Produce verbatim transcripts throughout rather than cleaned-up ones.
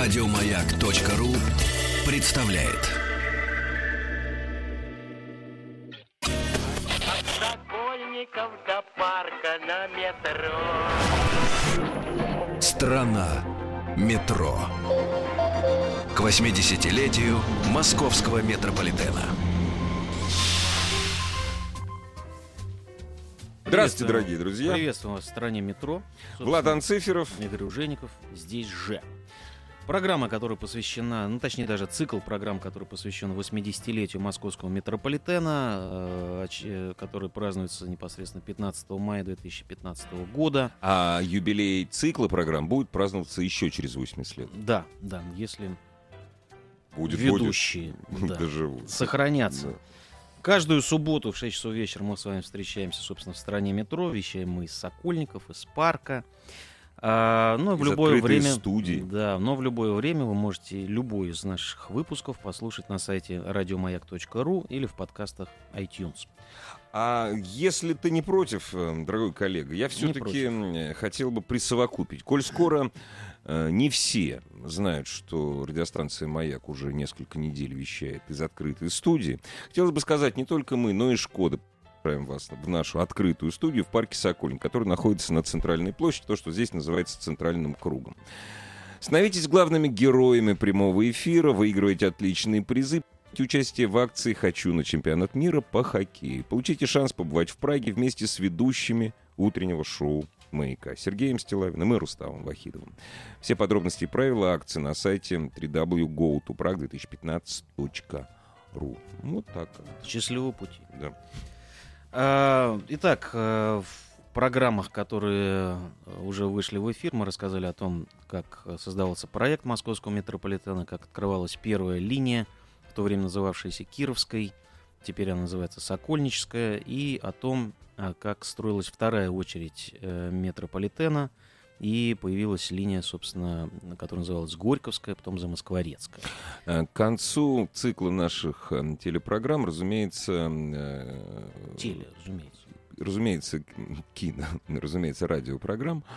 Радиомаяк.ру представляет. От Сокольников до парка на метро. Страна метро. К восьмидесятилетию московского метрополитена. Здравствуйте, дорогие друзья. Приветствую вас в стране метро. Влад Анциферов. Игорь Ужеников. Здесь же. Программа, которая посвящена, ну точнее даже цикл программ, который посвящен восьмидесятилетию московского метрополитена, э, который празднуется непосредственно пятнадцатого мая две тысячи пятнадцатого года. А юбилей цикла программ будет праздноваться еще через восемьдесят лет. Да, да, если будет, ведущие будет. Да, Доживут. сохранятся. Да. Каждую субботу в шесть часов вечера мы с вами встречаемся, собственно, в стране метро. Вещаем мы из Сокольников, из парка. А, ну, в из любое время, студии. Да, но в любое время вы можете любой из наших выпусков послушать на сайте радиомаяк точка ру или в подкастах iTunes. А если ты не против, дорогой коллега, я все-таки хотел бы присовокупить. Коль скоро э, не все знают, что радиостанция «Маяк» уже несколько недель вещает из открытой студии, хотелось бы сказать, не только мы, но и «Шкода» вас в нашу открытую студию в парке Сокольник, который находится на центральной площади, то, что здесь называется центральным кругом. Становитесь главными героями прямого эфира, выигрывайте отличные призы, участие в акции «Хочу на чемпионат мира по хоккею». Получите шанс побывать в Праге вместе с ведущими утреннего шоу «Маяка» Сергеем Стилавиным и Рустамом Вахидовым. Все подробности и правила акции на сайте дабл ю дабл ю дабл ю точка гоу ту праг две тысячи пятнадцать точка ру. Вот так. Счастливого пути. Да. Итак, в программах, которые уже вышли в эфир, мы рассказали о том, как создавался проект московского метрополитена, как открывалась первая линия, в то время называвшаяся Кировской, теперь она называется Сокольническая, и о том, как строилась вторая очередь метрополитена, и появилась линия, собственно, которая называлась Горьковская, потом Замоскворецкая. К концу цикла наших телепрограмм, разумеется... Теле, разумеется. Разумеется, кино, разумеется, радиопрограмм.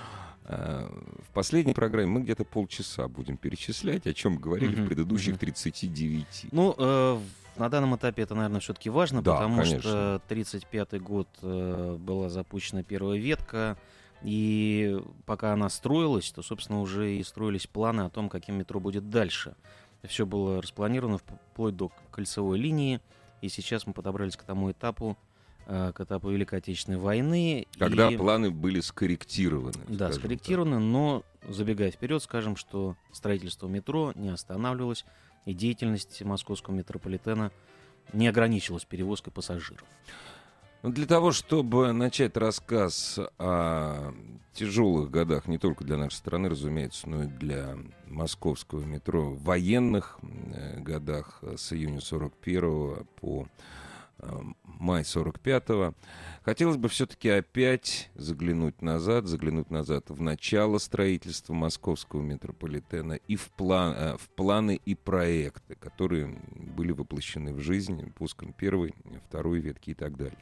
В последней программе мы где-то полчаса будем перечислять, о чем говорили mm-hmm. в предыдущих mm-hmm. тридцати девяти. Ну, э, на данном этапе это, наверное, все-таки важно, да, потому конечно. что тридцать пятый год э, была запущена первая ветка, и пока она строилась, то, собственно, уже и строились планы о том, каким метро будет дальше. Все было распланировано вплоть до кольцевой линии, и сейчас мы подобрались к тому этапу, к этапу Великой Отечественной войны. Когда и... планы были скорректированы. Да, скорректированы, так. Но, забегая вперед, скажем, что строительство метро не останавливалось, и деятельность московского метрополитена не ограничилась перевозкой пассажиров. Для того, чтобы начать рассказ о тяжелых годах не только для нашей страны, разумеется, но и для московского метро, военных годах с июня сорок первого по май сорок пятого, хотелось бы все-таки опять заглянуть назад, заглянуть назад в начало строительства московского метрополитена и в, план, в планы и проекты, которые были воплощены в жизнь пуском первой, второй ветки и так далее.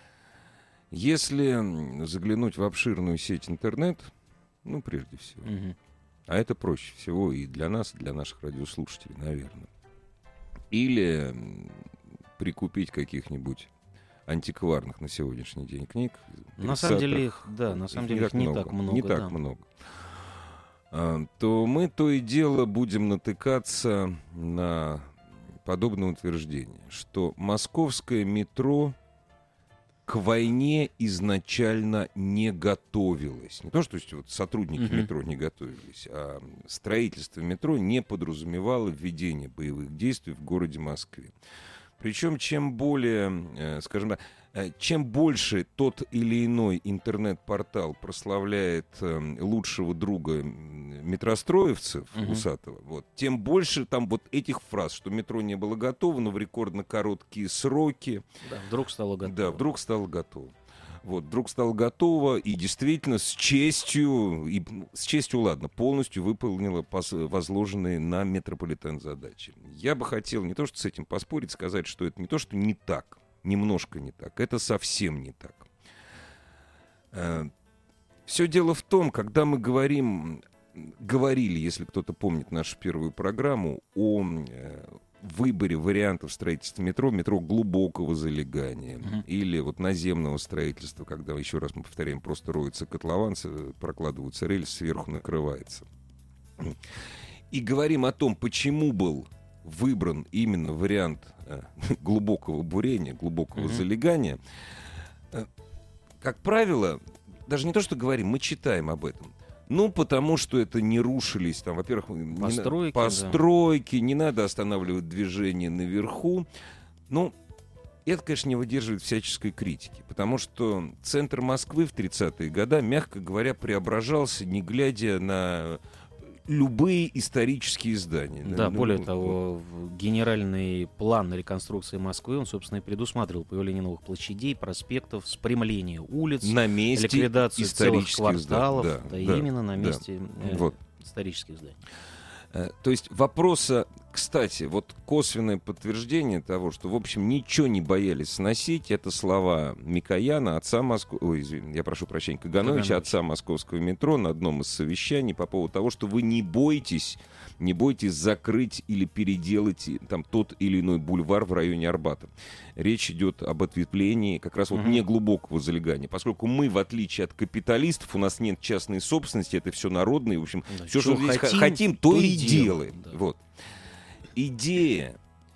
Если заглянуть в обширную сеть интернет, ну, прежде всего, mm-hmm. а это проще всего и для нас, и для наших радиослушателей, наверное, или прикупить каких-нибудь антикварных на сегодняшний день книг. На самом деле их, да, на самом деле их не так много. Не так много. А, то мы то и дело будем натыкаться на подобное утверждение, что московское метро к войне изначально не готовилось. Не то, что есть, вот, сотрудники uh-huh. метро не готовились, а строительство метро не подразумевало введение боевых действий в городе Москве. Причем, чем более, скажем так, чем больше тот или иной интернет-портал прославляет лучшего друга метростроевцев, uh-huh. Усатого, вот, тем больше там вот этих фраз, что метро не было готово, но в рекордно короткие сроки. Да, вдруг стало готово. Да, вдруг стало готово. Вот, вдруг стало готово и действительно с честью, и, с честью, ладно, полностью выполнила пос- возложенные на метрополитен задачи. Я бы хотел не то что с этим поспорить, сказать, что это не то, что не так, немножко не так, это совсем не так. Э, все дело в том, когда мы говорим говорили, если кто-то помнит нашу первую программу, о э, выборе вариантов строительства метро, метро глубокого залегания uh-huh. или вот наземного строительства, когда, еще раз мы повторяем, просто роется котлован, прокладываются рельсы, сверху накрывается. И говорим о том, почему был выбран именно вариант э, глубокого бурения, глубокого uh-huh. залегания. Э, как правило, даже не то, что говорим, мы читаем об этом. Ну, потому что это не рушились, там, во-первых, постройки, не, постройки да. не надо останавливать движение наверху. Ну, это, конечно, не выдерживает всяческой критики, потому что центр Москвы в тридцатые годы, мягко говоря, преображался, не глядя на любые исторические здания. Да, ну, более ну, того, ну, генеральный план реконструкции Москвы, он, собственно, и предусматривал появление новых площадей, проспектов, спрямление улиц, на месте ликвидацию целых кварталов, да, да, да, именно на месте да. э, вот. исторических зданий. То есть вопроса, кстати, вот косвенное подтверждение того, что, в общем, ничего не боялись сносить, это слова Микояна, отца Москвы, ой, извини, я прошу прощения, Кагановича, Каганович. отца московского метро, на одном из совещаний по поводу того, что вы не бойтесь, не бойтесь закрыть или переделать там тот или иной бульвар в районе Арбата. Речь идет об ответвлении как раз вот mm-hmm. неглубокого залегания, поскольку мы, в отличие от капиталистов, у нас нет частной собственности, это все народное, в общем, да, все, что здесь хотим, хотим то, то и делаем. Да. Вот. Идея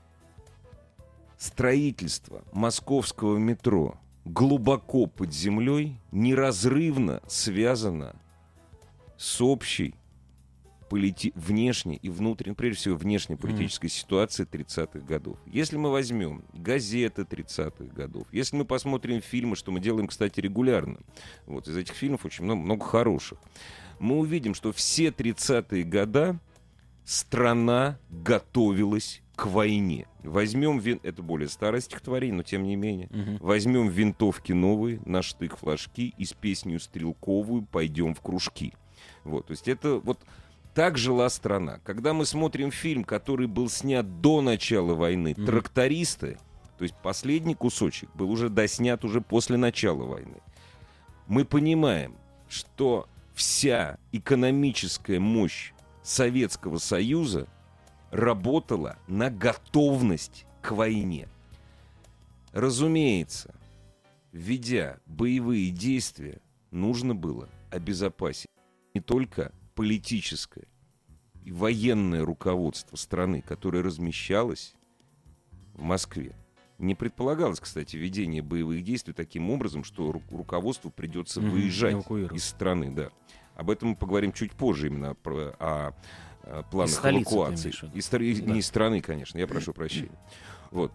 строительства московского метро глубоко под землей неразрывно связана с общей полити... внешней и внутренней, прежде всего, внешней политической mm. ситуации тридцатых годов. Если мы возьмем газеты тридцатых годов, если мы посмотрим фильмы, что мы делаем, кстати, регулярно, вот из этих фильмов очень много, много хороших, мы увидим, что все тридцатые годы страна готовилась к войне. Возьмем, вин... это более старое стихотворение, но тем не менее. Uh-huh. Возьмем винтовки новые, на штык флажки и с песней стрелковую пойдем в кружки. Вот, то есть это вот так жила страна. Когда мы смотрим фильм, который был снят до начала войны, uh-huh. «Трактористы», то есть последний кусочек был уже доснят уже после начала войны, мы понимаем, что вся экономическая мощь Советского Союза работала на готовность к войне. Разумеется, ведя боевые действия, нужно было обезопасить не только политическое и военное руководство страны, которое размещалось в Москве. Не предполагалось, кстати, ведение боевых действий таким образом, что ру- руководству придется mm-hmm. выезжать из страны. Да. Об этом мы поговорим чуть позже, именно про, о, о планах столицы, эвакуации. Из, да. Не из страны, конечно, я прошу прощения. Вот.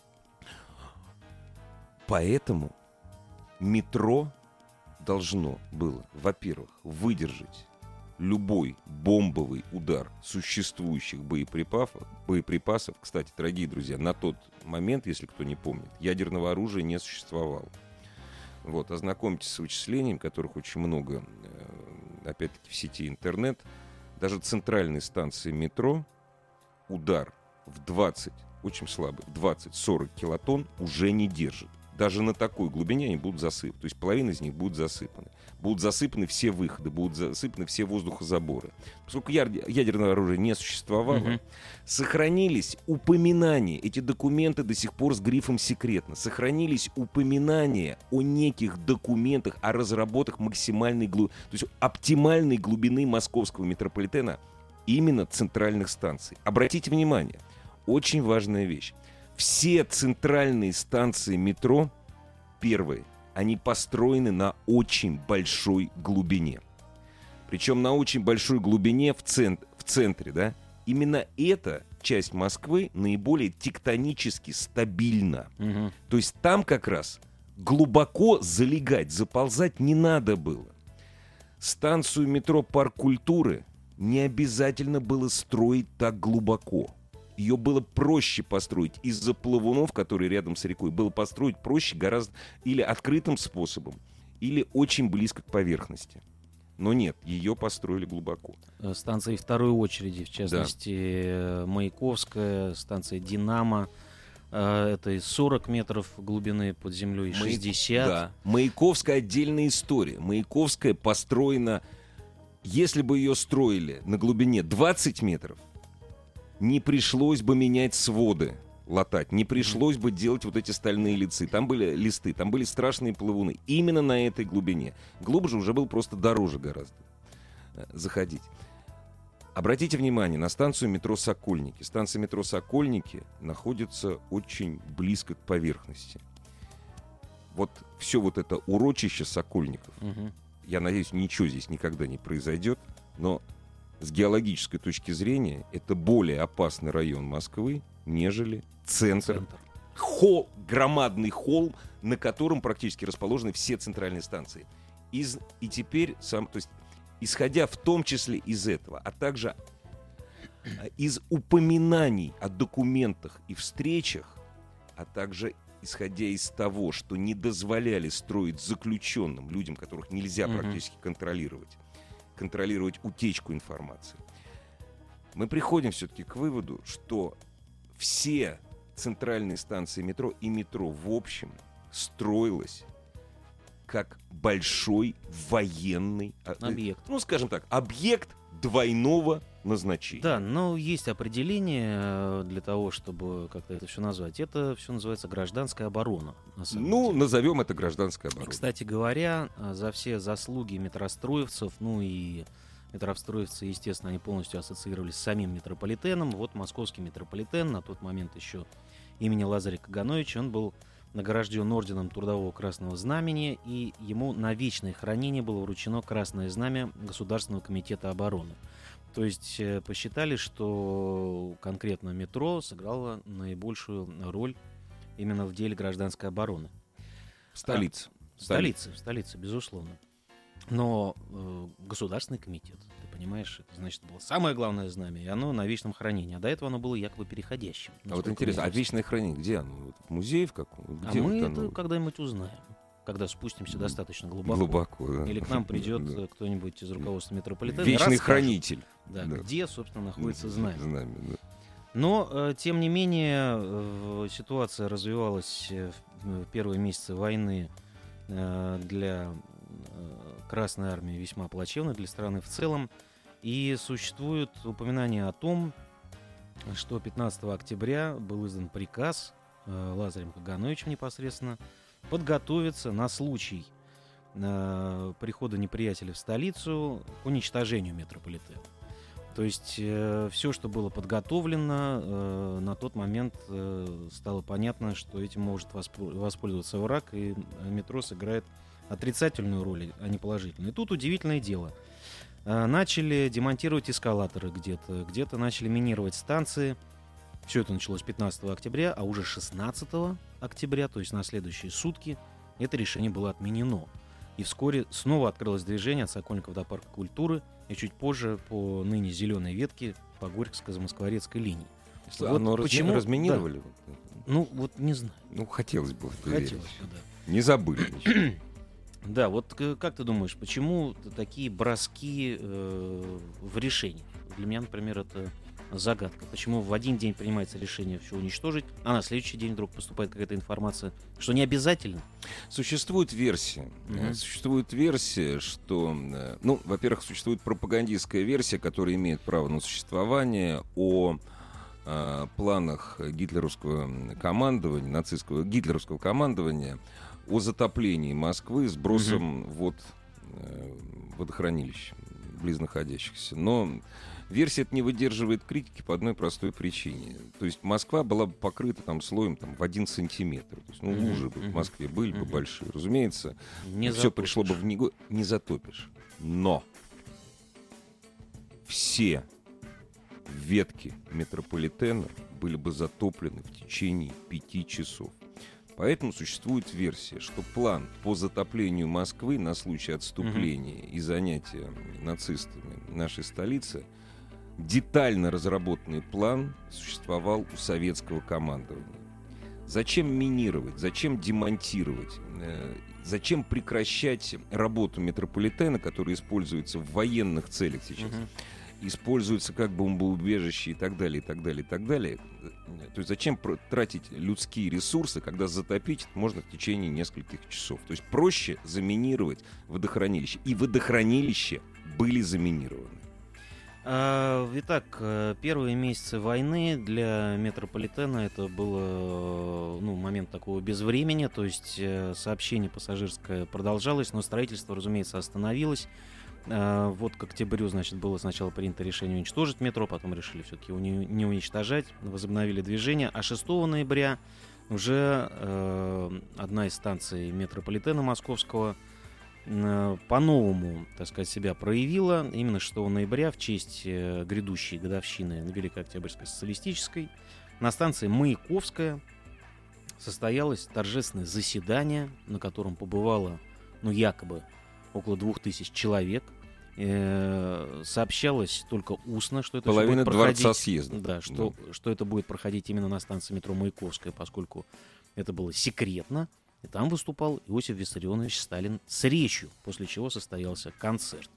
Поэтому метро должно было, во-первых, выдержать любой бомбовый удар существующих боеприпасов. боеприпасов. Кстати, дорогие друзья, на тот момент, если кто не помнит, ядерного оружия не существовало. Вот, ознакомьтесь с вычислением, которых очень много, опять-таки, в сети интернет. Даже центральной станции метро удар в двадцать, очень слабый, двадцать-сорок килотонн уже не держит. Даже на такой глубине они будут засыпаны. То есть половина из них будут засыпаны. Будут засыпаны все выходы, будут засыпаны все воздухозаборы. Поскольку ядерного оружия не существовало, uh-huh. сохранились упоминания, эти документы до сих пор с грифом «секретно», сохранились упоминания о неких документах, о разработках максимальной глубины, то есть оптимальной глубины московского метрополитена, именно центральных станций. Обратите внимание, очень важная вещь. Все центральные станции метро, первые, они построены на очень большой глубине. Причем на очень большой глубине в, цент- в центре, да? Именно эта часть Москвы наиболее тектонически стабильна. Угу. То есть там как раз глубоко залегать, заползать не надо было. Станцию метро «Парк культуры» не обязательно было строить так глубоко. Ее было проще построить из-за плавунов, которые рядом с рекой. Было построить проще гораздо или открытым способом, или очень близко к поверхности. Но нет, ее построили глубоко. Станции второй очереди, в частности, да. Маяковская, станция «Динамо». Это сорок метров глубины под землей, шестьдесят. Да. Маяковская — отдельная история. Маяковская построена если бы ее строили на глубине двадцать метров, не пришлось бы менять своды, латать, не пришлось бы делать вот эти стальные листы. Там были листы, там были страшные плавуны. Именно на этой глубине. Глубже уже было просто дороже гораздо заходить. Обратите внимание на станцию метро «Сокольники». Станция метро «Сокольники» находится очень близко к поверхности. Вот все вот это урочище Сокольников, угу. я надеюсь, ничего здесь никогда не произойдет, но с геологической точки зрения это более опасный район Москвы, нежели центр. центр. Холл, громадный холм, на котором практически расположены все центральные станции. Из, и теперь, сам, то есть, исходя в том числе из этого, а также из упоминаний о документах и встречах, а также исходя из того, что не дозволяли строить заключенным, людям, которых нельзя mm-hmm. практически контролировать, контролировать утечку информации, мы приходим все-таки к выводу, что все центральные станции метро и метро в общем строилось как большой военный объект. Ну, скажем так, объект двойного назначения. Да, но есть определение для того, чтобы как-то это все назвать. Это все называется гражданская оборона. На ну, деле. назовем это гражданская оборона. И, кстати говоря, за все заслуги метростроевцев, ну и метростроевцы, естественно, они полностью ассоциировались с самим метрополитеном. Вот московский метрополитен, на тот момент еще имени Лазаря Кагановича, он был награжден орденом Трудового Красного Знамени, и ему на вечное хранение было вручено Красное Знамя Государственного комитета обороны. То есть э, посчитали, что конкретно метро сыграло наибольшую роль именно в деле гражданской обороны. Столица. А, столица, столица, безусловно. Но э, Государственный комитет, ты понимаешь, это значит, было самое главное знамя, и оно на вечном хранении. А до этого оно было якобы переходящим. А вот интересно, а вечное хранение где оно? Вот в музее в каком? Где а вот мы оно? Это когда-нибудь узнаем, когда спустимся достаточно глубоко. Глубоко, да. Или к нам придет да. кто-нибудь из руководства метрополитена. Вечный хранитель. Да, да. Где, собственно, находится знамя. знамя да. Но, э, тем не менее, э, ситуация развивалась в, в первые месяцы войны э, для Красной Армии весьма плачевно, для страны в целом. И существует упоминание о том, что пятнадцатого октября был издан приказ э, Лазарем Кагановичем непосредственно подготовиться на случай э, прихода неприятеля в столицу к уничтожению метрополитена. То есть э, все, что было подготовлено, э, на тот момент э, стало понятно, что этим может воспро- воспользоваться враг, и метро сыграет отрицательную роль, а не положительную. И тут удивительное дело. Э, начали демонтировать эскалаторы где-то, где-то начали минировать станции. Все это началось пятнадцатого октября, а уже шестнадцатого октября, то есть на следующие сутки, это решение было отменено. И вскоре снова открылось движение от Сокольников до Парка культуры, и чуть позже по ныне зеленой ветке по Горьковско-Замоскворецкой линии. Что, вот оно почему разминировали? Да. Ну, вот не знаю. Ну, хотелось бы. Хотелось бы, да. Не забыли ничего. Да, вот как ты думаешь, почему такие броски э, в решениях? Для меня, например, это загадка. Почему в один день принимается решение все уничтожить, а на следующий день вдруг поступает какая-то информация, что не обязательно? Существует версия. Mm-hmm. Существует версия, что... Ну, во-первых, существует пропагандистская версия, которая имеет право на существование, о э, планах гитлеровского командования, нацистского гитлеровского командования, о затоплении Москвы сбросом mm-hmm. вод, э, водохранилищ близнаходящихся. Но версия эта не выдерживает критики по одной простой причине. То есть Москва была бы покрыта там слоем там, в один сантиметр. То есть, ну, mm-hmm. лужи бы в Москве были mm-hmm. бы большие. Разумеется, не все пришло бы в него. Не затопишь. Но все ветки метрополитена были бы затоплены в течение пяти часов. Поэтому существует версия, что план по затоплению Москвы на случай отступления mm-hmm. и занятия нацистами нашей столицы, детально разработанный план существовал у советского командования. Зачем минировать, зачем демонтировать, э, зачем прекращать работу метрополитена, который используется в военных целях сейчас, mm-hmm. используется как бомбоубежище и так далее, и так далее, и так далее. То есть зачем тратить людские ресурсы, когда затопить можно в течение нескольких часов? То есть проще заминировать водохранилище. И водохранилище были заминированы? Итак, первые месяцы войны для метрополитена это было, ну, момент такого безвремени, то есть сообщение пассажирское продолжалось, но строительство, разумеется, остановилось. Вот к октябрю, значит, было сначала принято решение уничтожить метро, потом решили все-таки его не, не уничтожать, возобновили движение, а шестого ноября уже э, одна из станций метрополитена московского по-новому, так сказать, себя проявила. Именно шестого ноября в честь грядущей годовщины Великой Октябрьской социалистической на станции Маяковская состоялось торжественное заседание, на котором побывало, ну, якобы около двух тысяч человек. Э-э- сообщалось только устно, что это половина будет проходить, дворца съезда. Да, что, да. что это будет проходить именно на станции метро Маяковская, поскольку это было секретно. И там выступал Иосиф Виссарионович Сталин с речью, после чего состоялся концерт.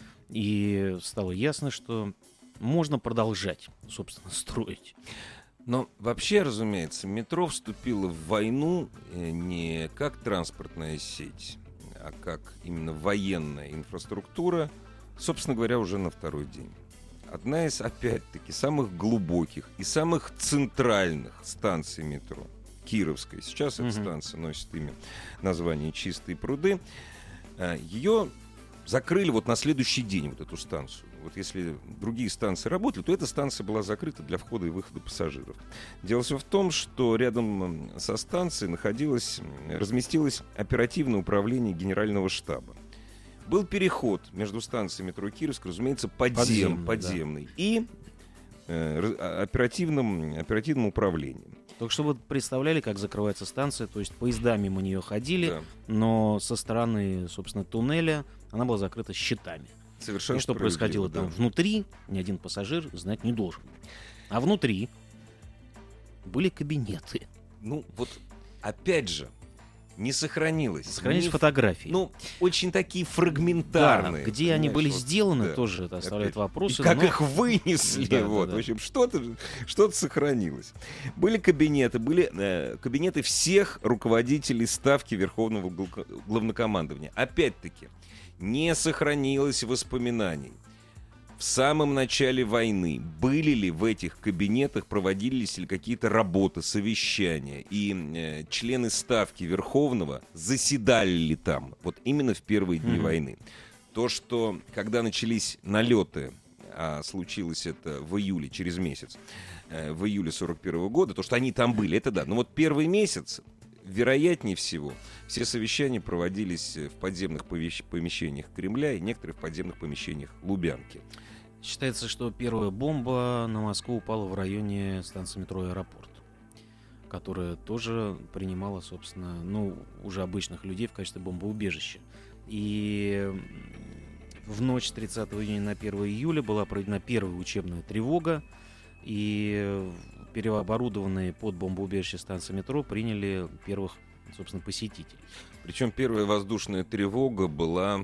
И стало ясно, что можно продолжать, собственно, строить. Но вообще, разумеется, метро вступило в войну не как транспортная сеть, а как именно военная инфраструктура, собственно говоря, уже на второй день. Одна из, опять-таки, самых глубоких и самых центральных станций метро, Кировская. Сейчас эта uh-huh. станция носит имя, название «Чистые пруды». Ее закрыли вот на следующий день, вот эту станцию. Вот если другие станции работали, то эта станция была закрыта для входа и выхода пассажиров. Дело все в том, что рядом со станцией находилось, разместилось оперативное управление Генерального штаба. Был переход между станцией метро Кировская, разумеется, подзем, подземный, подземный да. и э, оперативным, оперативным управлением. Только чтобы вы представляли, как закрывается станция, то есть поезда мимо нее ходили, да. но со стороны, собственно, туннеля она была закрыта щитами. Совершенно и что происходило да. там внутри, ни один пассажир знать не должен. А внутри были кабинеты. Ну, вот опять же, не сохранилось. Сохранились не... фотографии. Ну, очень такие фрагментарные. Да, где они были вот, сделаны, да. тоже это оставляет вопросы. И как но... их вынесли. Да, вот. да, да. В общем, что-то, что-то сохранилось. Были кабинеты, были э, кабинеты всех руководителей ставки Верховного Главнокомандования. Опять-таки, не сохранилось воспоминаний. В самом начале войны были ли в этих кабинетах, проводились ли какие-то работы, совещания, и э, члены ставки Верховного заседали ли там, вот именно в первые дни mm-hmm. войны. То, что когда начались налеты, а случилось это в июле, через месяц, э, в июле сорок первого года, то, что они там были, это да. Но вот первый месяц, вероятнее всего, все совещания проводились в подземных помещениях Кремля и некоторых подземных помещениях Лубянки. Считается, что первая бомба на Москву упала в районе станции метро «Аэропорт», которая тоже принимала, собственно, ну, уже обычных людей в качестве бомбоубежища. И в ночь с тридцатого июня на первое июля была проведена первая учебная тревога, и переоборудованные под бомбоубежище станции метро приняли первых, собственно, посетителей. Причем первая воздушная тревога была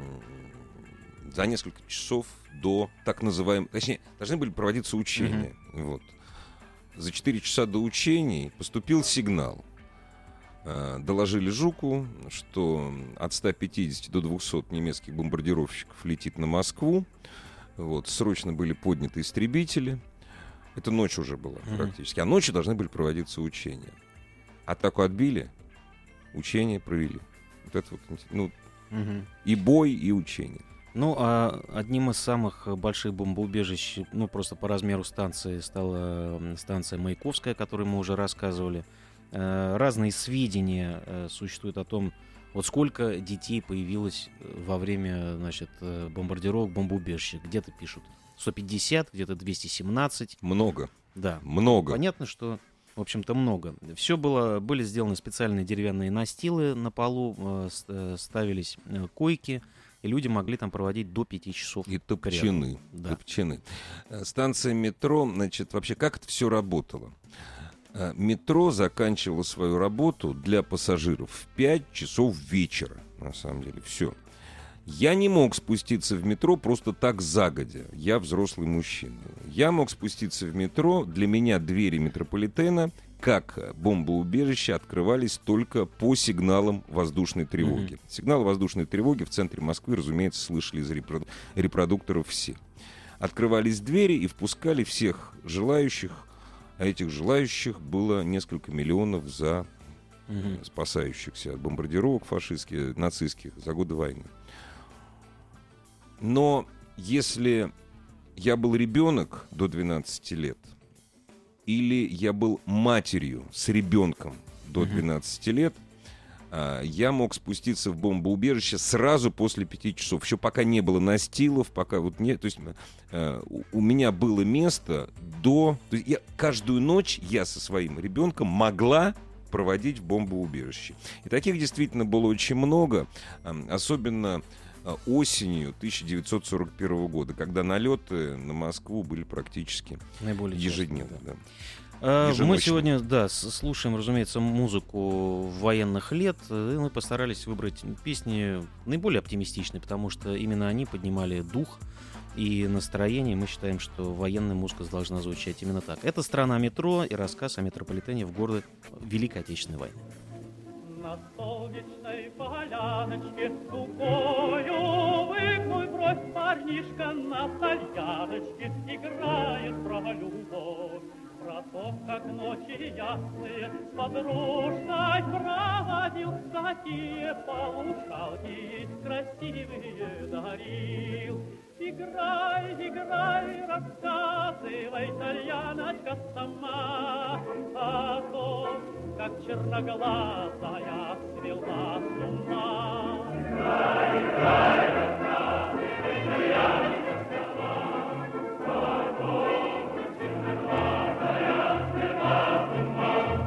за несколько часов до так называемых... Точнее, должны были проводиться учения. Mm-hmm. Вот. За четыре часа до учений поступил сигнал. Доложили Жуку, что от ста пятидесяти до двухсот немецких бомбардировщиков летит на Москву. Вот. Срочно были подняты истребители. Это ночь уже была mm-hmm. практически. А ночью должны были проводиться учения. Атаку отбили, учения провели. Вот это вот, ну, mm-hmm. и бой, и учения. Ну, а одним из самых больших бомбоубежищ, ну, просто по размеру станции, стала станция Маяковская, о которой мы уже рассказывали. Разные сведения существуют о том, вот сколько детей появилось во время, значит, бомбардировок бомбоубежища. Где-то пишут сто пятьдесят, где-то двести семнадцать. Много. Да. Много. Понятно, что, в общем-то, много. Все было, были сделаны специальные деревянные настилы на полу, ставились койки, и люди могли там проводить до пяти часов. И топчаны. Да. Топчаны. Станция метро, значит, вообще как это все работало? Метро заканчивало свою работу для пассажиров в пять часов вечера, на самом деле. Все. Я не мог спуститься в метро просто так загодя. Я взрослый мужчина. Я мог спуститься в метро. Для меня двери метрополитена как бомбоубежища открывались только по сигналам воздушной тревоги. Mm-hmm. Сигналы воздушной тревоги в центре Москвы, разумеется, слышали из репроду- репродукторов все. Открывались двери и впускали всех желающих, а этих желающих было несколько миллионов за mm-hmm. спасающихся от бомбардировок фашистских, нацистских за годы войны. Но если я был ребенок до двенадцати лет, или я был матерью с ребенком до двенадцати лет, я мог спуститься в бомбоубежище сразу после пяти часов. Еще пока не было настилов, пока вот не... То есть у меня было место до... То есть я, каждую ночь я со своим ребенком могла проводить в бомбоубежище. И таких действительно было очень много, особенно осенью тысяча девятьсот сорок первого года, когда налеты на Москву были практически наиболее ежедневно. Да. А, мы сегодня, да, слушаем, разумеется, музыку военных лет, и мы постарались выбрать песни наиболее оптимистичные, потому что именно они поднимали дух и настроение. Мы считаем, что военная музыка должна звучать именно так. Это «Страна метро» и рассказ о метрополитене в годы Великой Отечественной войны. На солнечной поляночке тупою выгнуй бровь, парнишка на тальяночке играет про любовь, про то, как ночи ясные с подружкой проводил, какие полушалки красивые дарил. Играй, играй, рассказывай, тальяночка сама о том, как черноглазая свела с ума. Играй, играй, рассказывай, тальяночка сама о том, как черноглазая свела с ума.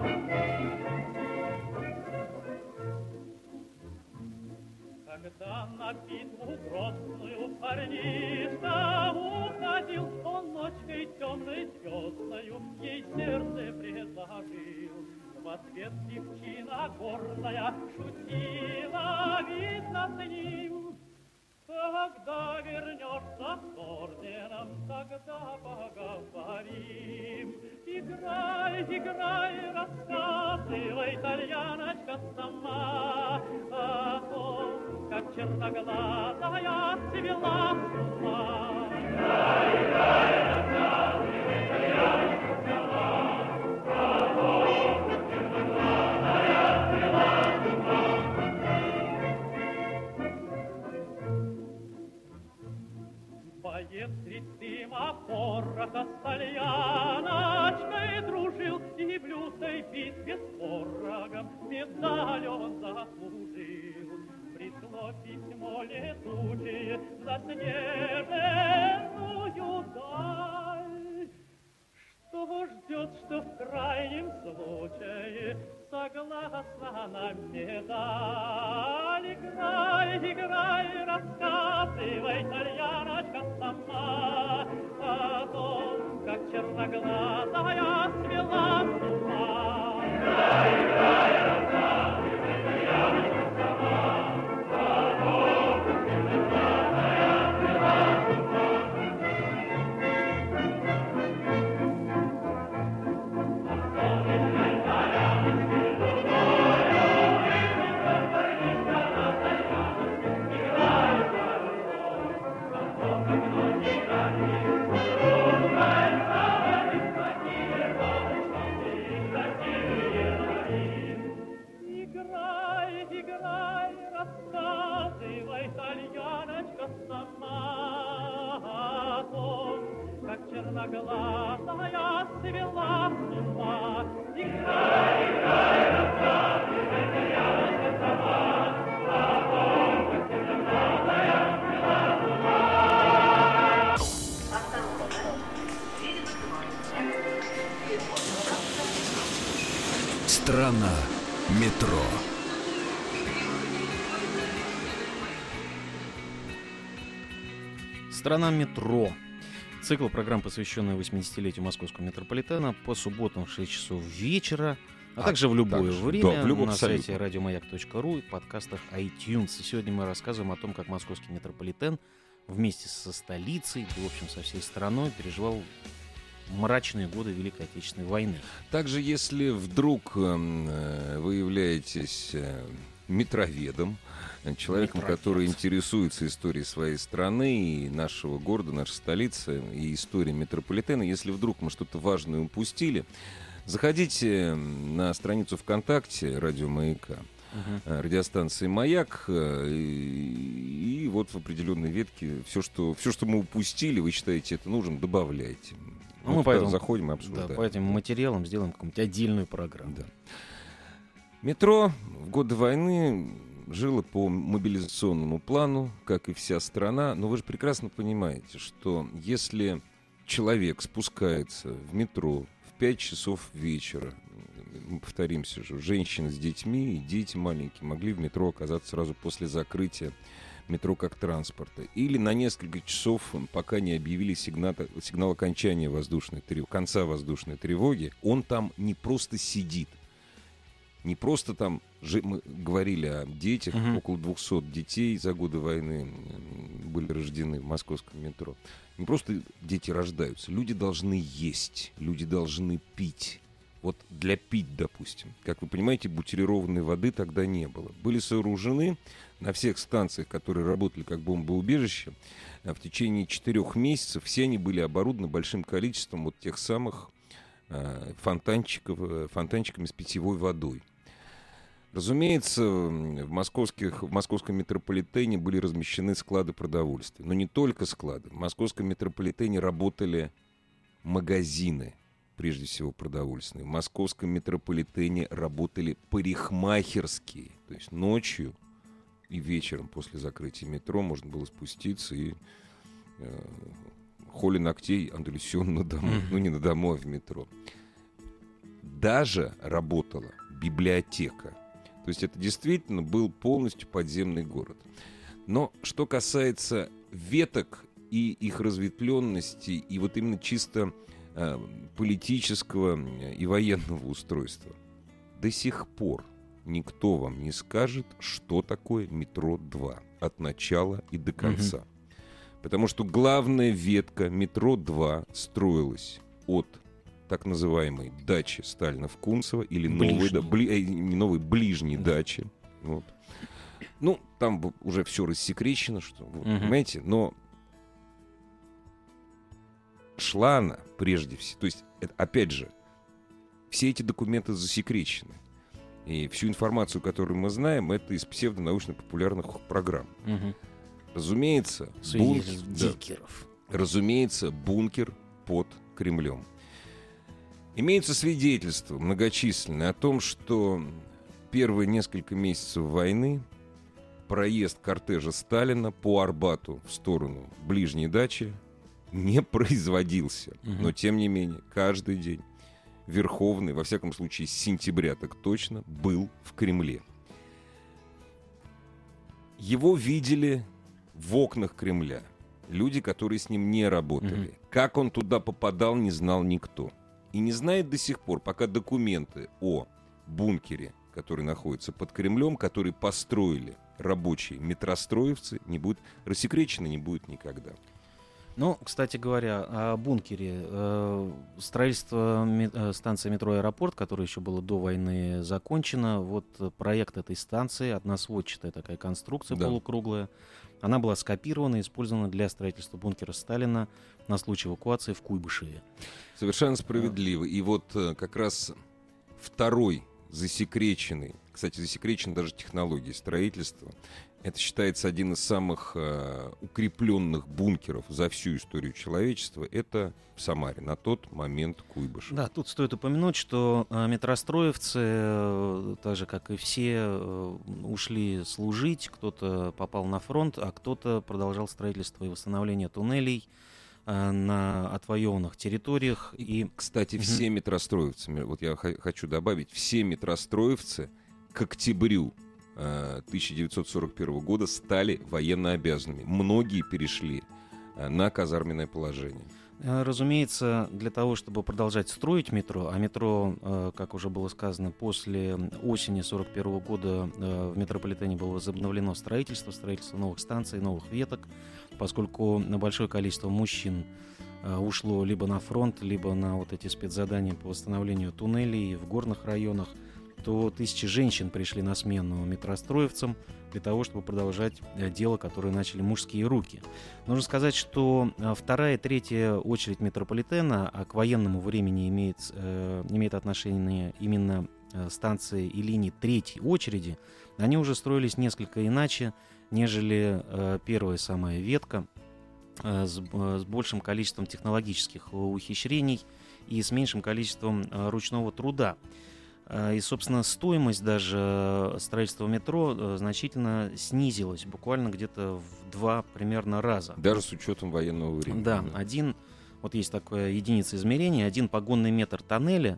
Когда на битву грозную парнишка уходил, он ночкой темной звездною ей сердце предложил. В ответ девчина гордая шутила, видно, с ним. Когда вернешься с орденом, тогда поговорим. Играй, играй, рассказывай, тальяночка сама о том, как черноглазая свела с ума. Играй, играй, рассказывай, тальяночка сама о том, как черноглазая свела с ума. Боец средь дыма пороха с тальяночкой дружил, и в лютой битве с ворогом медаль он заслужил. Пришло письмо летучее в заснеженную даль, что ждет, что в крайнем случае согласна на медаль. Играй, играй, рассказывай, тальяночка сама о том, как черноглазая свела с ума. Играй, играй, рассказывай, тальяночка сама о том, как черноглазая свела с ума. Играй, играй, рассказывай, тальяночка сама о том, как черноглазая свела с ума. Играй, играй, рассказывай, тальяночка сама о том, как черноглазая свела с ума. Страна метро. «Страна метро». Цикл программ, посвященный восьмидесятилетию московского метрополитена, по субботам в шесть часов вечера, а, а также в любое также, время да, в любом, на абсолютно. Сайте радиомаяк точка ру и подкастах iTunes. И сегодня мы рассказываем о том, как московский метрополитен вместе со столицей, да, в общем, со всей страной переживал мрачные годы Великой Отечественной войны. Также, если вдруг э, вы являетесь э, метроведом, человеком, Метровед. который интересуется историей своей страны и нашего города, нашей столицы, и историей метрополитена, если вдруг мы что-то важное упустили, заходите на страницу ВКонтакте «Радио Маяка», uh-huh. радиостанции «Маяк», и, и вот в определенной ветке все что, все, что мы упустили, вы считаете это нужным, добавляйте. Ну, вот мы поэтому заходим и обсуждаем. Да, по этим материалам сделаем какую-нибудь отдельную программу. Да. Метро в годы войны жило по мобилизационному плану, как и вся страна, но вы же прекрасно понимаете, что если человек спускается в метро в пять часов вечера, мы повторимся же, женщины с детьми и дети маленькие могли в метро оказаться сразу после закрытия метро как транспорта, или на несколько часов, пока не объявили сигнал, сигнал окончания воздушной тревоги, конца воздушной тревоги, он там не просто сидит, не просто там, мы говорили о детях, uh-huh. около двухсот детей за годы войны были рождены в московском метро. Не просто дети рождаются, люди должны есть, люди должны пить. Вот для пить, допустим. Как вы понимаете, бутилированной воды тогда не было. Были сооружены на всех станциях, которые работали как бомбоубежище, в течение четырех месяцев все они были оборудованы большим количеством вот тех самых э, фонтанчиков, фонтанчиками с питьевой водой. Разумеется, в, московских, в московском метрополитене были размещены склады продовольствия. Но не только склады. В московском метрополитене работали магазины, прежде всего продовольственные. В московском метрополитене работали парикмахерские. То есть ночью и вечером после закрытия метро можно было спуститься и э, холли ногтей андалюсион на дому. Mm-hmm. Ну, не на дому, а в метро. Даже работала библиотека. То есть это действительно был полностью подземный город. Но что касается веток и их разветвленности, и вот именно чисто э, политического и военного устройства, до сих пор никто вам не скажет, что такое метро два от начала и до конца. Mm-hmm. Потому что главная ветка метро два строилась от так называемой дачи Сталина-Кунцево или новой, да, бли, э, новой ближней да. дачи. Вот. Ну, там уже все рассекречено, что, вы uh-huh. понимаете, но шла она прежде всего. То есть, это, опять же, все эти документы засекречены. И всю информацию, которую мы знаем, это из псевдонаучно-популярных программ. Uh-huh. Разумеется, бункер, да, разумеется, бункер под Кремлем. Имеются свидетельства многочисленные о том, что первые несколько месяцев войны проезд кортежа Сталина по Арбату в сторону ближней дачи не производился. Угу. Но, тем не менее, каждый день Верховный, во всяком случае, с сентября так точно, был в Кремле. Его видели в окнах Кремля люди, которые с ним не работали. Угу. Как он туда попадал, не знал никто. И не знает до сих пор, пока документы о бункере, который находится под Кремлем, который построили рабочие метростроевцы, не будут рассекречены, не будет никогда. Ну, кстати говоря, о бункере. Э, строительство ми- станции метро «Аэропорт», которое еще было до войны закончено, вот проект этой станции, односводчатая такая конструкция, да, полукруглая, она была скопирована и использована для строительства бункера Сталина на случай эвакуации в Куйбышеве. Совершенно справедливо. И вот как раз второй засекреченный, кстати, засекречен даже технологией строительства, это считается один из самых э, укрепленных бункеров за всю историю человечества. Это в Самаре, на тот момент Куйбышев. Да, тут стоит упомянуть, что э, метростроевцы, э, так же, как и все, э, ушли служить. Кто-то попал на фронт, а кто-то продолжал строительство и восстановление туннелей э, на отвоеванных территориях. И, кстати, все метростроевцы, вот я х- хочу добавить, все метростроевцы к октябрю тысяча девятьсот сорок первого года стали военнообязанными. Многие перешли на казарменное положение. Разумеется, для того, чтобы продолжать строить метро, а метро, как уже было сказано, после осени сорок первого года в метрополитене было возобновлено строительство, строительство новых станций, новых веток, поскольку большое количество мужчин ушло либо на фронт, либо на вот эти спецзадания по восстановлению туннелей в горных районах, то тысячи женщин пришли на смену метростроевцам для того, чтобы продолжать дело, которое начали мужские руки. Нужно сказать, что вторая и третья очередь метрополитена, а к военному времени имеет, э, имеет отношение именно станции и линии третьей очереди, они уже строились несколько иначе, нежели э, первая самая ветка, э, с, э, с большим количеством технологических ухищрений и с меньшим количеством э, ручного труда. И, собственно, стоимость даже строительства метро значительно снизилась, буквально где-то в два примерно раза. Даже с учетом военного времени. Да, один, вот есть такая единица измерения, один погонный метр тоннеля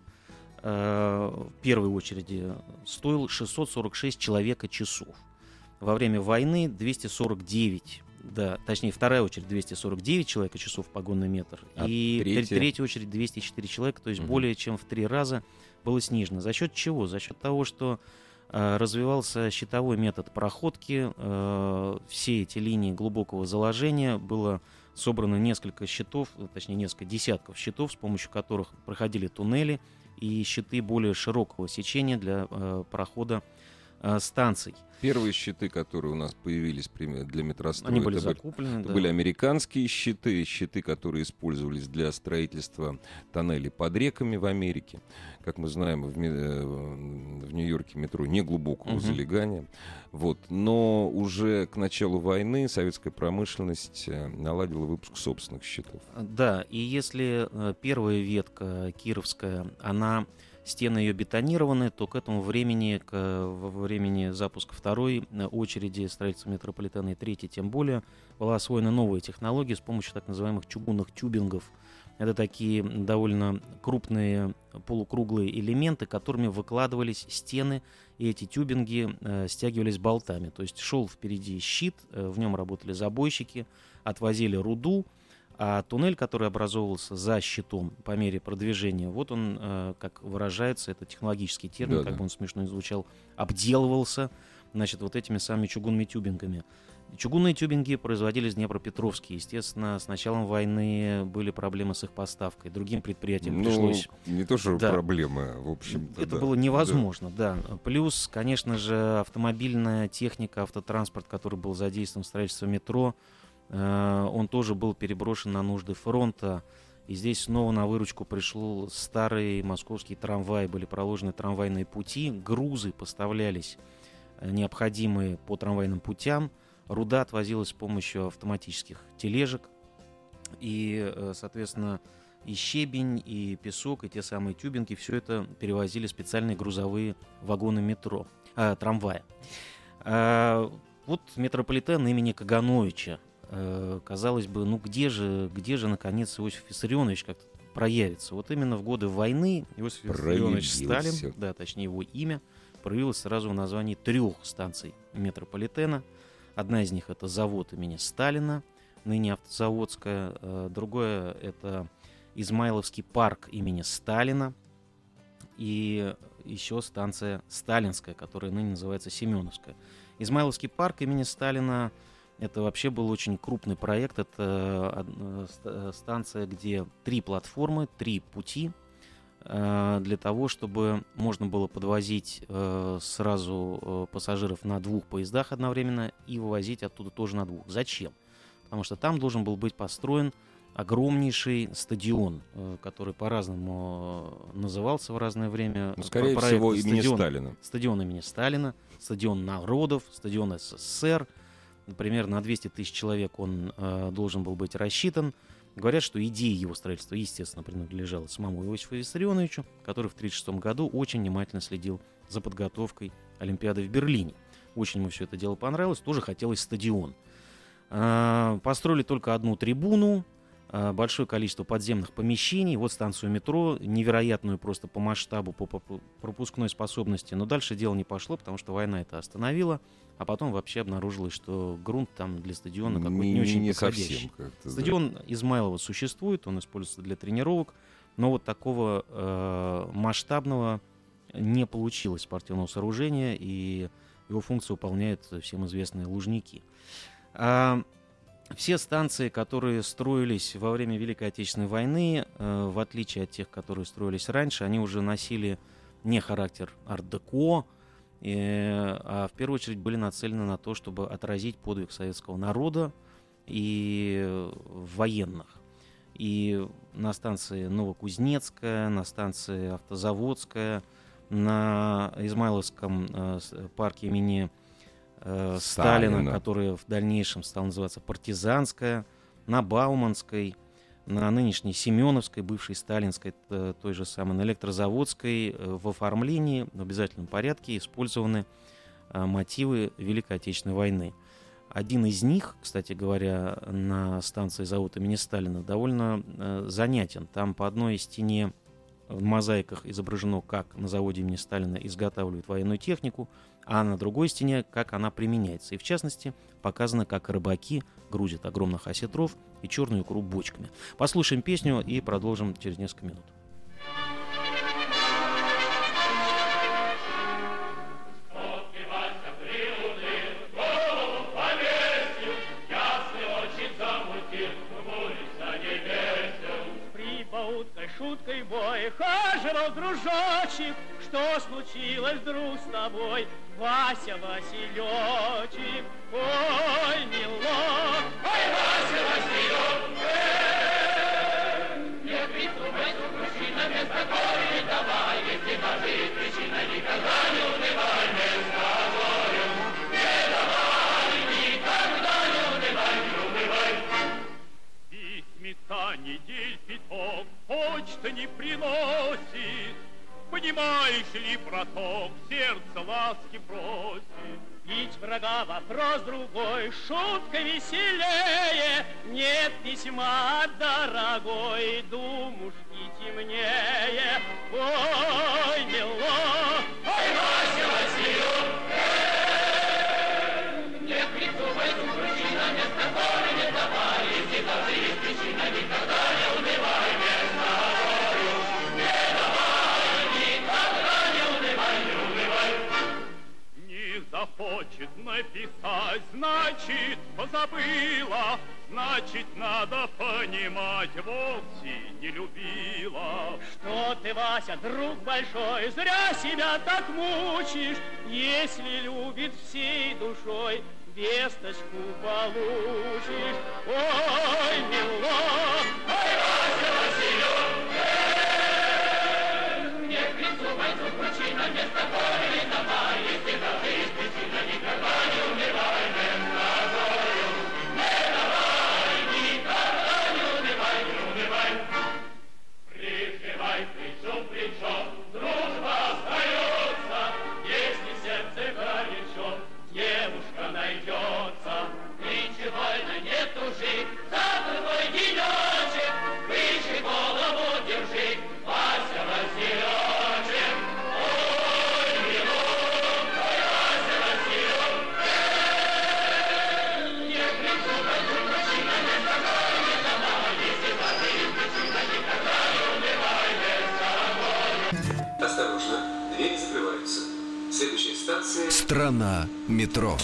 э, в первой очереди стоил шестьсот сорок шесть человека-часов. Во время войны двести сорок девять, да, точнее, вторая очередь двести сорок девять человека-часов погонный метр, а и третья? третья очередь двести четыре человека, то есть угу. более чем в три раза было снижено. За счет чего? За счет того, что э, развивался щитовой метод проходки, э, все эти линии глубокого заложения, было собрано несколько щитов, точнее несколько десятков щитов, с помощью которых проходили туннели и щиты более широкого сечения для э, прохода э, станций. Первые щиты, которые у нас появились для метростроя, они были это, закуплены, это да. были американские щиты, щиты, которые использовались для строительства тоннелей под реками в Америке. Как мы знаем, в, в Нью-Йорке метро неглубокого угу. залегания. Вот. Но уже к началу войны советская промышленность наладила выпуск собственных щитов. Да, и если первая ветка кировская, она... стены ее бетонированы, то к этому времени, к, во времени запуска второй очереди строительства метрополитена и третьей, тем более, была освоена новая технология с помощью так называемых чугунных тюбингов. Это такие довольно крупные полукруглые элементы, которыми выкладывались стены, и эти тюбинги э, стягивались болтами. То есть шел впереди щит, э, в нем работали забойщики, отвозили руду, а туннель, который образовывался за щитом по мере продвижения, вот он, э, как выражается, это технологический термин, да, как да. бы он смешно не звучал, обделывался, значит, вот этими самыми чугунными тюбингами. Чугунные тюбинги производились днепропетровские. Естественно, с началом войны были проблемы с их поставкой. Другим предприятиям ну, пришлось... не то, что да. проблемы, в общем. Это да. было невозможно, да. да. Плюс, конечно же, автомобильная техника, автотранспорт, который был задействован в строительстве метро, э, он тоже был переброшен на нужды фронта. И здесь снова на выручку пришел старый московский трамвай. Были проложены трамвайные пути, грузы поставлялись необходимые по трамвайным путям. Руда отвозилась с помощью автоматических тележек. И, соответственно, и щебень, и песок, и те самые тюбинги, все это перевозили специальные грузовые вагоны метро, э, трамвая. Э, вот метрополитен имени Кагановича. Э, казалось бы, ну где же, где же, наконец, Иосиф Виссарионович как-то проявится? Вот именно в годы войны Иосиф Виссарионович Сталин, да, точнее его имя, проявилось сразу в названии трех станций метрополитена. Одна из них — это завод имени Сталина, ныне Автозаводская. Другое — это Измайловский парк имени Сталина. И еще станция Сталинская, которая ныне называется Семеновская. Измайловский парк имени Сталина — это вообще был очень крупный проект. Это станция, где три платформы, три пути, для того, чтобы можно было подвозить э, сразу э, пассажиров на двух поездах одновременно и вывозить оттуда тоже на двух. Зачем? Потому что там должен был быть построен огромнейший стадион, э, который по-разному э, назывался в разное время. Ну, скорее Проект всего, имени стадион, Сталина. Стадион имени Сталина, стадион народов, стадион СССР. Например, на двести тысяч человек он э, должен был быть рассчитан. Говорят, что идея его строительства, естественно, принадлежала самому Иосифу Виссарионовичу, который в тысяча девятьсот тридцать шестом году очень внимательно следил за подготовкой Олимпиады в Берлине. Очень ему все это дело понравилось, тоже хотелось стадион. Построили только одну трибуну, большое количество подземных помещений. Вот станцию метро, невероятную просто по масштабу, по пропускной способности. Но дальше дело не пошло, потому что война это остановила. А потом вообще обнаружилось, что грунт там для стадиона какой-то не, не очень не подходящий. Стадион да. Измайлова существует, он используется для тренировок. Но вот такого э, масштабного не получилось спортивного сооружения, и его функцию выполняют всем известные Лужники. А, все станции, которые строились во время Великой Отечественной войны, э, в отличие от тех, которые строились раньше, они уже носили не характер ар-деко, э, а в первую очередь были нацелены на то, чтобы отразить подвиг советского народа и военных. И на станции Новокузнецкая, на станции Автозаводская, на Измайловском э, парке имени э, Сталина, Сталина, который в дальнейшем стал называться Партизанская, на Бауманской, на нынешней Семеновской, бывшей Сталинской, э, той же самой, на Электрозаводской, э, в оформлении в обязательном порядке использованы э, мотивы Великой Отечественной войны. Один из них, кстати говоря, на станции завода имени Сталина довольно э, занятен. Там по одной стене в мозаиках изображено, как на заводе имени Сталина изготавливают военную технику, а на другой стене, как она применяется. И в частности, показано, как рыбаки грузят огромных осетров и черную икру бочками. Послушаем песню и продолжим через несколько минут. Шуткой бой, хаживал дружочек, что случилось, друг, с тобой, Вася Василечек, ой, милок, ой, Вася Василек, не придумай, друг, мужчина, вместо горя не давай, если даже есть причина, никогда не унывай, вместо горя не давай, никогда не унывай, не унывай. Письмица недель пяток, почта не приносит, понимаешь ли, браток, сердце ласки просит. Ведь врага вопрос другой, шутка веселее, нет письма, дорогой, думушки темнее. Ой, милок, ой, Вася Василек, нет придумай, причина, вместо горя не давай, если даже есть причина, никогда не унывай, вместо горя не давай, никогда не унывай, не унывай. Не захочет написать, значит, позабыла, значит, надо понимать, вовсе не любила. Что ты, Вася, друг большой, зря себя так мучишь, если любит всей душой, весточку получишь. Ой, милок, ой, Вася Василек, не придумай, друг, причина, вместо горя не давай, если даже есть причина, никогда не унывай, вместо горя не давай, никогда не унывай, не унывай. Прижимай плечом к плечу, дружба остается, если сердце горячо, девушка найдется. Нынче больно не тужи, завтра твой денечек, выше голову держи, Вася Василечек. Ой, милок, ой, Вася Василек, не придумай, друг, причина, вместо горя не давай, если даже есть причина, никогда не унывай, вместо горя. Осторожно, двери закрываются. Следующая станция — страна метро.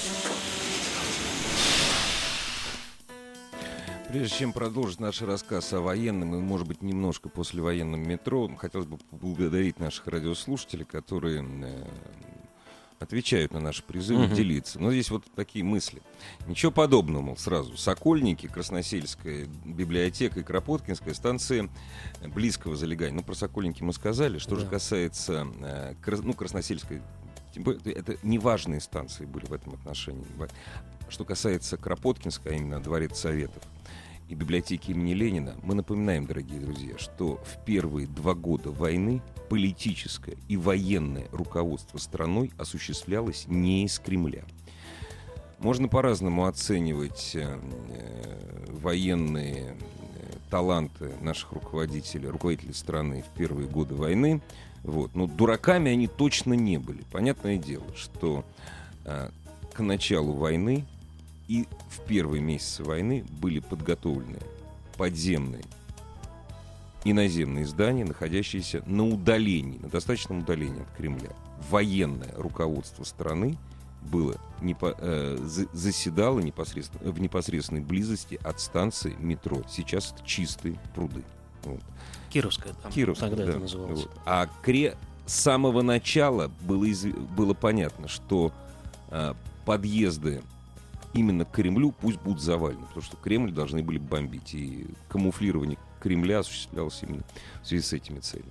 Прежде чем продолжить наш рассказ о военном и, может быть, немножко послевоенном метро, хотелось бы поблагодарить наших радиослушателей, которые э, отвечают на наши призывы uh-huh. делиться. Но здесь вот такие мысли. Ничего подобного, мол, сразу. Сокольники, Красносельская библиотека и Кропоткинская станции близкого залегания. Ну, про Сокольники мы сказали. Что да. же касается э, крас... ну, Красносельской, это неважные станции были в этом отношении. Что касается Кропоткинской, а именно Дворец Советов и библиотеки имени Ленина, мы напоминаем, дорогие друзья, что в первые два года войны политическое и военное руководство страной осуществлялось не из Кремля. Можно по-разному оценивать э, военные таланты наших руководителей, руководителей страны в первые годы войны. Вот. Но дураками они точно не были. Понятное дело, что э, к началу войны и в первые месяцы войны были подготовлены подземные и наземные здания, находящиеся на удалении, на достаточном удалении от Кремля. Военное руководство страны было непо, э, за, заседало непосредственно, в непосредственной близости от станции метро. Сейчас это чистые пруды. Вот. Кировская там Кировская, тогда да. это называлось. Вот. А кре... с самого начала было, из... было понятно, что э, подъезды именно к Кремлю пусть будут завалены, потому что Кремль должны были бомбить. И камуфлирование Кремля осуществлялось именно в связи с этими целями.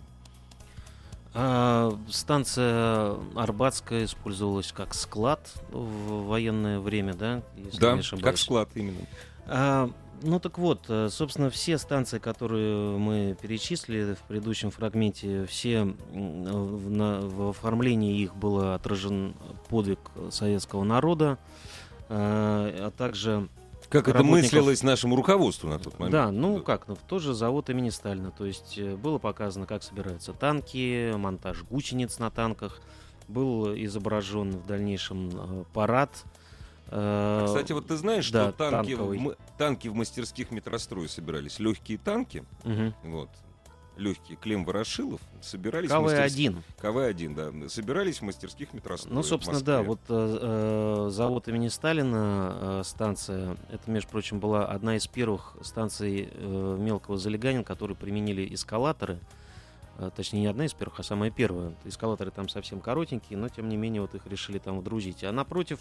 А, станция Арбатская использовалась как склад в военное время, да? Если Да, не ошибаюсь. как склад именно. А, ну так вот, собственно, все станции, которые мы перечислили в предыдущем фрагменте, все в, на, в оформлении их был отражен подвиг советского народа, а, а также... Как это мыслилось нашему руководству на тот момент? Да, ну да. как, ну, тоже завод имени Сталина. То есть было показано, как собираются танки, монтаж гусениц на танках. Был изображен в дальнейшем парад. А, кстати, вот ты знаешь, да, что танки в, танки в мастерских метростроя собирались? Легкие танки, угу. вот, легкие Клем-Ворошилов собирались... ка вэ один. Мастерских... ка вэ один, да. Собирались в мастерских метростроя. Ну, собственно, да, вот э, завод имени Сталина, э, станция, это, между прочим, была одна из первых станций э, мелкого залегания, которые применили эскалаторы. Э, точнее, не одна из первых, а самая первая. Эскалаторы там совсем коротенькие, но, тем не менее, вот их решили там вдрузить. А напротив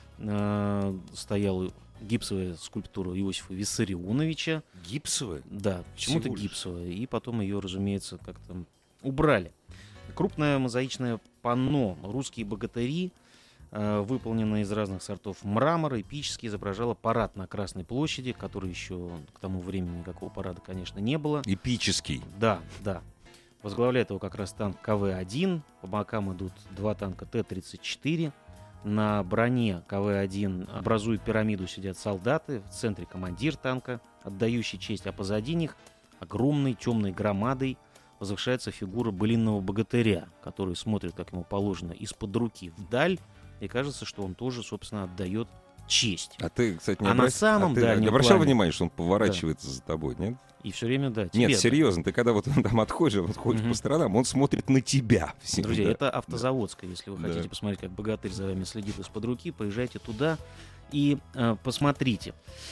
э, стояла гипсовая скульптура Иосифа Виссарионовича. Гипсовая? Да, почему-то гипсовая. И потом ее, разумеется, как-то убрали. Крупное мозаичное панно «Русские богатыри», э, выполненное из разных сортов мрамора, эпически изображало парад на Красной площади, который еще к тому времени никакого парада, конечно, не было. Эпический. Да, да. Возглавляет его как раз танк ка вэ один. По бокам идут два танка тэ тридцать четыре. На броне ка вэ один, образуя пирамиду, сидят солдаты. В центре командир танка, отдающий честь, а позади них огромной темной громадой возвышается фигура былинного богатыря, который смотрит, как ему положено, из-под руки вдаль, и кажется, что он тоже, собственно, отдает честь. А ты, кстати, не а обращ... на самом а ты дальнем не обращал плане... внимания, что он поворачивается да. за тобой, нет? И все время, да. Тебе, нет, да. серьезно, ты когда вот там отходишь, он ходит mm-hmm. по сторонам, он смотрит на тебя. Всегда. Друзья, это Автозаводская. Если вы да. хотите посмотреть, как богатырь за вами следит из-под руки, поезжайте туда и э, посмотрите.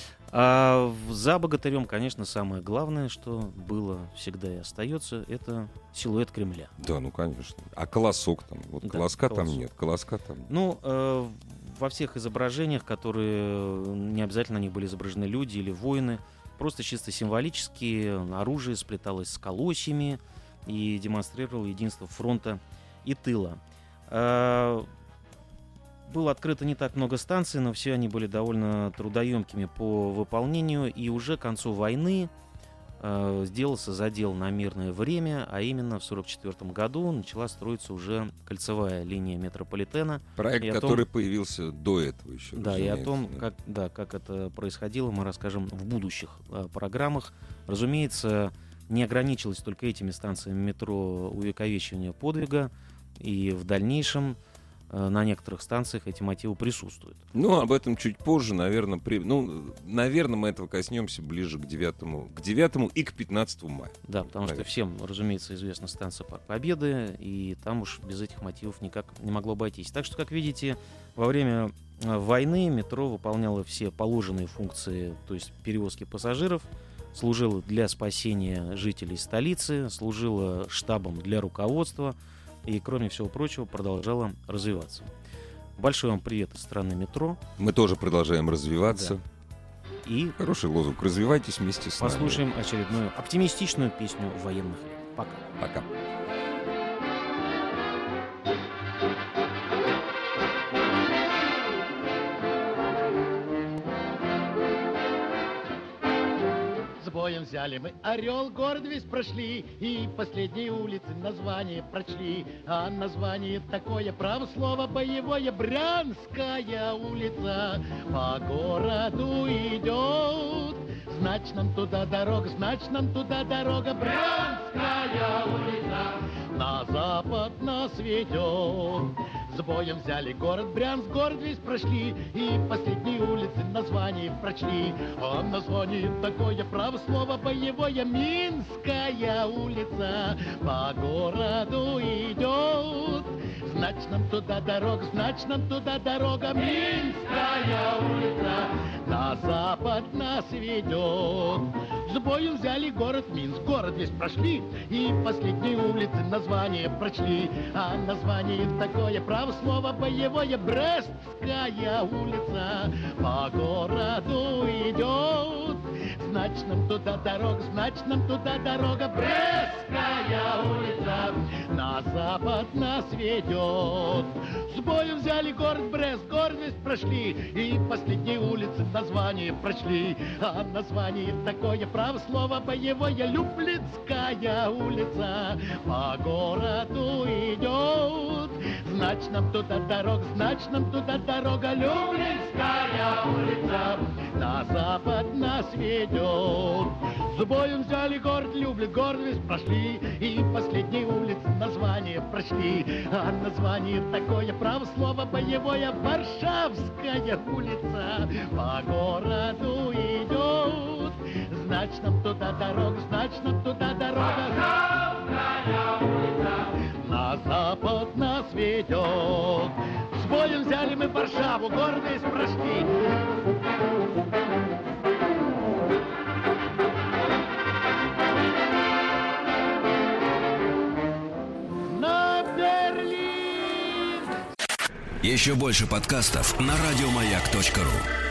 А за богатырем, конечно, самое главное, что было всегда и остается, это силуэт Кремля. Да, ну конечно. А колосок там, вот да, колоска колосок. там нет, колоска там. Ну, э, во всех изображениях, которые не обязательно они были изображены люди или воины, просто чисто символически оружие сплеталось с колосьями и демонстрировало единство фронта и тыла. Э, Было открыто не так много станций, но все они были довольно трудоемкими по выполнению. И уже к концу войны э, сделался задел на мирное время, а именно в сорок четвёртом году начала строиться уже кольцевая линия метрополитена. Проект, том, который появился до этого еще. Да, и о том, да. Как, да, как это происходило, мы расскажем в будущих э, программах. Разумеется, не ограничилось только этими станциями метро увековечивания подвига, и в дальнейшем на некоторых станциях эти мотивы присутствуют. Ну, об этом чуть позже, наверное, при... ну, наверное, мы этого коснемся ближе к девятому, к девятому и к пятнадцатому мая. Да, потому наверное. что всем, разумеется, известна станция Парк Победы, и там уж без этих мотивов никак не могло обойтись. Так что, как видите, во время войны метро выполняло все положенные функции, то есть перевозки пассажиров, служило для спасения жителей столицы, служило штабом для руководства, и, кроме всего прочего, продолжала развиваться. Большой вам привет из страны метро. Мы тоже продолжаем развиваться. Да. И хороший лозунг. Развивайтесь вместе с послушаем нами. Послушаем очередную оптимистичную песню военных лет. Пока. Пока. Боем взяли мы Орел, город весь прошли, и последние улицы название прочли. А название такое, право слово боевое, Брянская улица. По городу идет значит нам туда дорога, значит нам туда дорога. Брянская улица на запад нас ведет. С боем взяли город Брянск, город весь прошли, и последние улицы название прочли. А название такое, право слово боевое, Минская улица по городу идет. Значит нам туда дорога, значит нам туда дорога, Минская улица на запад нас ведет. С боем взяли город Минск, город весь прошли, и последние улицы название прочли. А название такое, право слово боевое, Брестская улица по городу идет. Значит нам туда дорога, значит нам туда дорога, Брестская улица на запад нас ведет. С боем взяли город Брест, город весь прошли, и последние улицы название прочли. А название такое, право слово боевое, Люблинская улица по городу идет. Значит нам туда дорога, значит нам туда дорога, Люблинская улица на запад нас ведет. С боем взяли город Люблин, город весь прошли, и последние улицы название прочли. А название такое, право слово боевое, Варшавская улица по городу идет. Значит нам туда дорога, значит нам туда дорога, Варшавская улица на запад нас ведет. С боем взяли мы Варшаву, город весь прошли. На Берлин! Еще больше подкастов на радиомаяк точка ру.